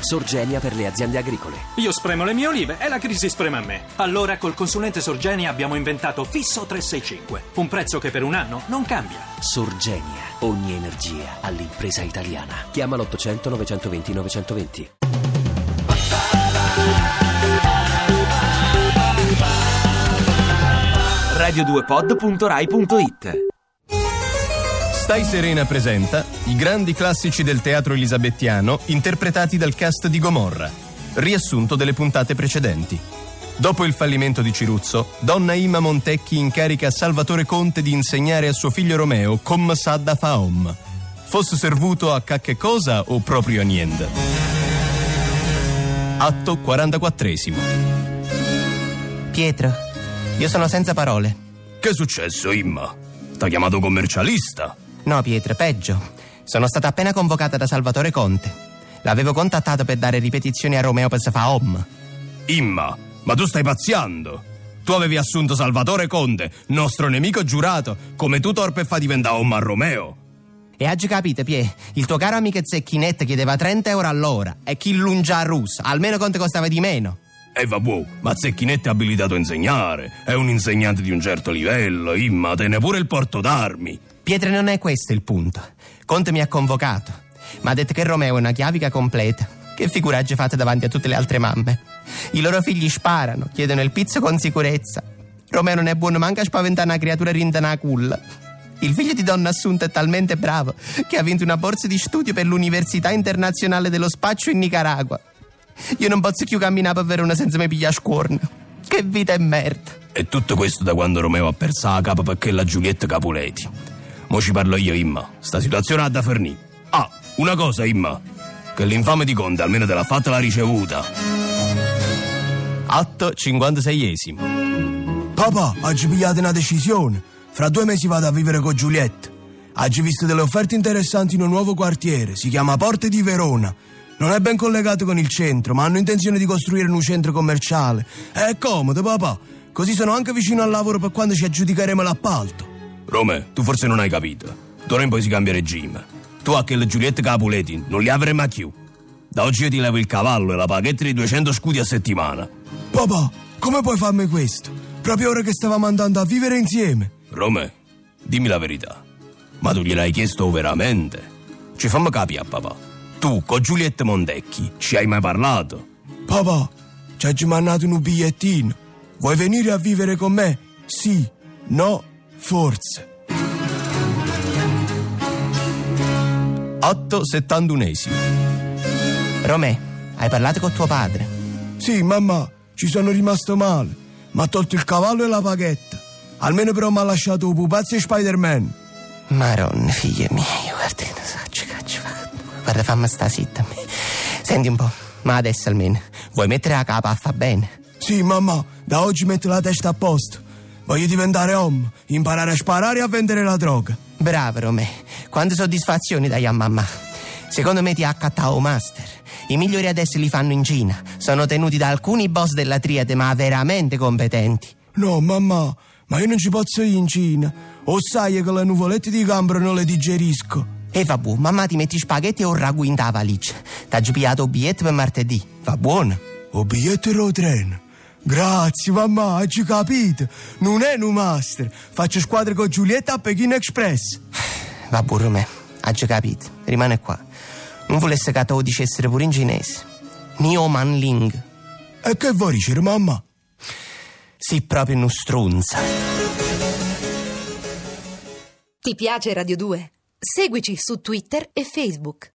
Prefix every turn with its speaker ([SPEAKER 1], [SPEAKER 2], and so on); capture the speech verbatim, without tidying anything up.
[SPEAKER 1] Sorgenia per le aziende agricole.
[SPEAKER 2] Io spremo le mie olive e la crisi sprema me. Allora col consulente Sorgenia abbiamo inventato Fisso trecentosessantacinque. Un prezzo che per un anno non cambia.
[SPEAKER 1] Sorgenia. Ogni energia all'impresa italiana. Chiama l'ottocento novecentoventi novecentoventi.
[SPEAKER 3] radio due pod punto rai punto it.
[SPEAKER 4] Stai Serena presenta i grandi classici del teatro elisabettiano interpretati dal cast di Gomorra. Riassunto delle puntate precedenti. Dopo il fallimento di Ciruzzo, donna Imma Montecchi incarica Salvatore Conte di insegnare a suo figlio Romeo come sa da fa om. Fosse servuto a cacche cosa o proprio a niente? Atto quarantaquattresimo.
[SPEAKER 5] Pietro, io sono senza parole.
[SPEAKER 4] Che è successo, Imma? T'ha chiamato commercialista?
[SPEAKER 5] No, Pietro, peggio. Sono stata appena convocata da Salvatore Conte. L'avevo contattato per dare ripetizioni a Romeo per se fa om.
[SPEAKER 4] Imma, ma tu stai pazziando? Tu avevi assunto Salvatore Conte, nostro nemico giurato, come tutor per fa diventare om a Romeo.
[SPEAKER 5] E oggi capite, Pie, il tuo caro amico Zecchinetto chiedeva trenta euro all'ora e chi lungia a russa, almeno Conte costava di meno.
[SPEAKER 4] E eh, vabbè, ma Zecchinetto è abilitato a insegnare, è un insegnante di un certo livello, Imma, te ne pure il porto d'armi.
[SPEAKER 5] Pietro, non è questo il punto. Conte mi ha convocato, mi ha detto che Romeo è una chiavica completa. Che figuraggi fate davanti a tutte le altre mamme. I loro figli sparano, chiedono il pizzo con sicurezza. Romeo non è buono manca a spaventare una creatura rinta una culla. Il figlio di donna Assunta è talmente bravo che ha vinto una borsa di studio per l'Università Internazionale dello Spaccio in Nicaragua. Io non posso più camminare per Verona senza mi pigliare scuorno. Che vita è merda.
[SPEAKER 4] E tutto questo da quando Romeo ha perso la capa perché la Giulietta Capuleti. Mo ci parlo io, Imma. Sta situazione ha da fornì. Ah, una cosa, Imma. Che l'infame di Conte almeno te l'ha fatta la ricevuta.
[SPEAKER 5] Atto cinquantaseiesimo.
[SPEAKER 6] Papà, oggi pigliate una decisione. Fra due mesi vado a vivere con Giulietta. Oggi visto delle offerte interessanti in un nuovo quartiere. Si chiama Porte di Verona. Non è ben collegato con il centro, ma hanno intenzione di costruire un centro commerciale. È comodo, papà. Così sono anche vicino al lavoro per quando ci aggiudicheremo l'appalto.
[SPEAKER 4] Rome, tu forse non hai capito. D'ora in poi si cambia regime. Tu a quelle Giuliette Capuleti non li avrai mai più. Da oggi io ti levo il cavallo e la paghetta di duecento scudi a settimana.
[SPEAKER 6] Papà, come puoi farmi questo? Proprio ora che stavamo andando a vivere insieme.
[SPEAKER 4] Rome, dimmi la verità. Ma tu gliel'hai chiesto veramente? Ci fammi capire, papà. Tu con Giulietta Montecchi ci hai mai parlato?
[SPEAKER 6] Papà, ci hai mandato un bigliettino. Vuoi venire a vivere con me? Sì, no, forse.
[SPEAKER 4] Atto settantunesimo.
[SPEAKER 5] Romè, hai parlato con tuo padre?
[SPEAKER 6] Sì, mamma, ci sono rimasto male. Mi ha tolto il cavallo e la paghetta. Almeno però mi ha lasciato un pupazzo e Spider-Man.
[SPEAKER 5] Maronna, figlia mia, guarda che ne so, che caccio fa. Guarda, fammi sta zitta. Senti un po', ma adesso almeno vuoi mettere la capa a fa bene?
[SPEAKER 6] Sì, mamma, da oggi metto la testa a posto. Voglio diventare om, imparare a sparare e a vendere la droga.
[SPEAKER 5] Bravo, Romè. Quante soddisfazioni dai a mamma. Secondo me ti ha accattato master. I migliori adesso li fanno in Cina. Sono tenuti da alcuni boss della triade, ma veramente competenti.
[SPEAKER 6] No, mamma, ma io non ci posso ir in Cina. O sai che le nuvolette di gambero non le digerisco.
[SPEAKER 5] E vabbè, mamma ti metti spaghetti e un ragù in ta valigia. T'ha già pigliato il biglietto per martedì. Va buono?
[SPEAKER 6] O biglietto e lo treno. Grazie, mamma, hai capito? Non è un master. Faccio squadra con Giulietta a Pechino Express.
[SPEAKER 5] Va buono, Romè. Hai già capito. Rimane qua. Non volesse che te lo dicessero pure in cinese. Nio Man Ling.
[SPEAKER 6] E che vuoi dire, mamma?
[SPEAKER 5] Sì, proprio uno strunza.
[SPEAKER 7] Ti piace Radio due? Seguici su Twitter e Facebook.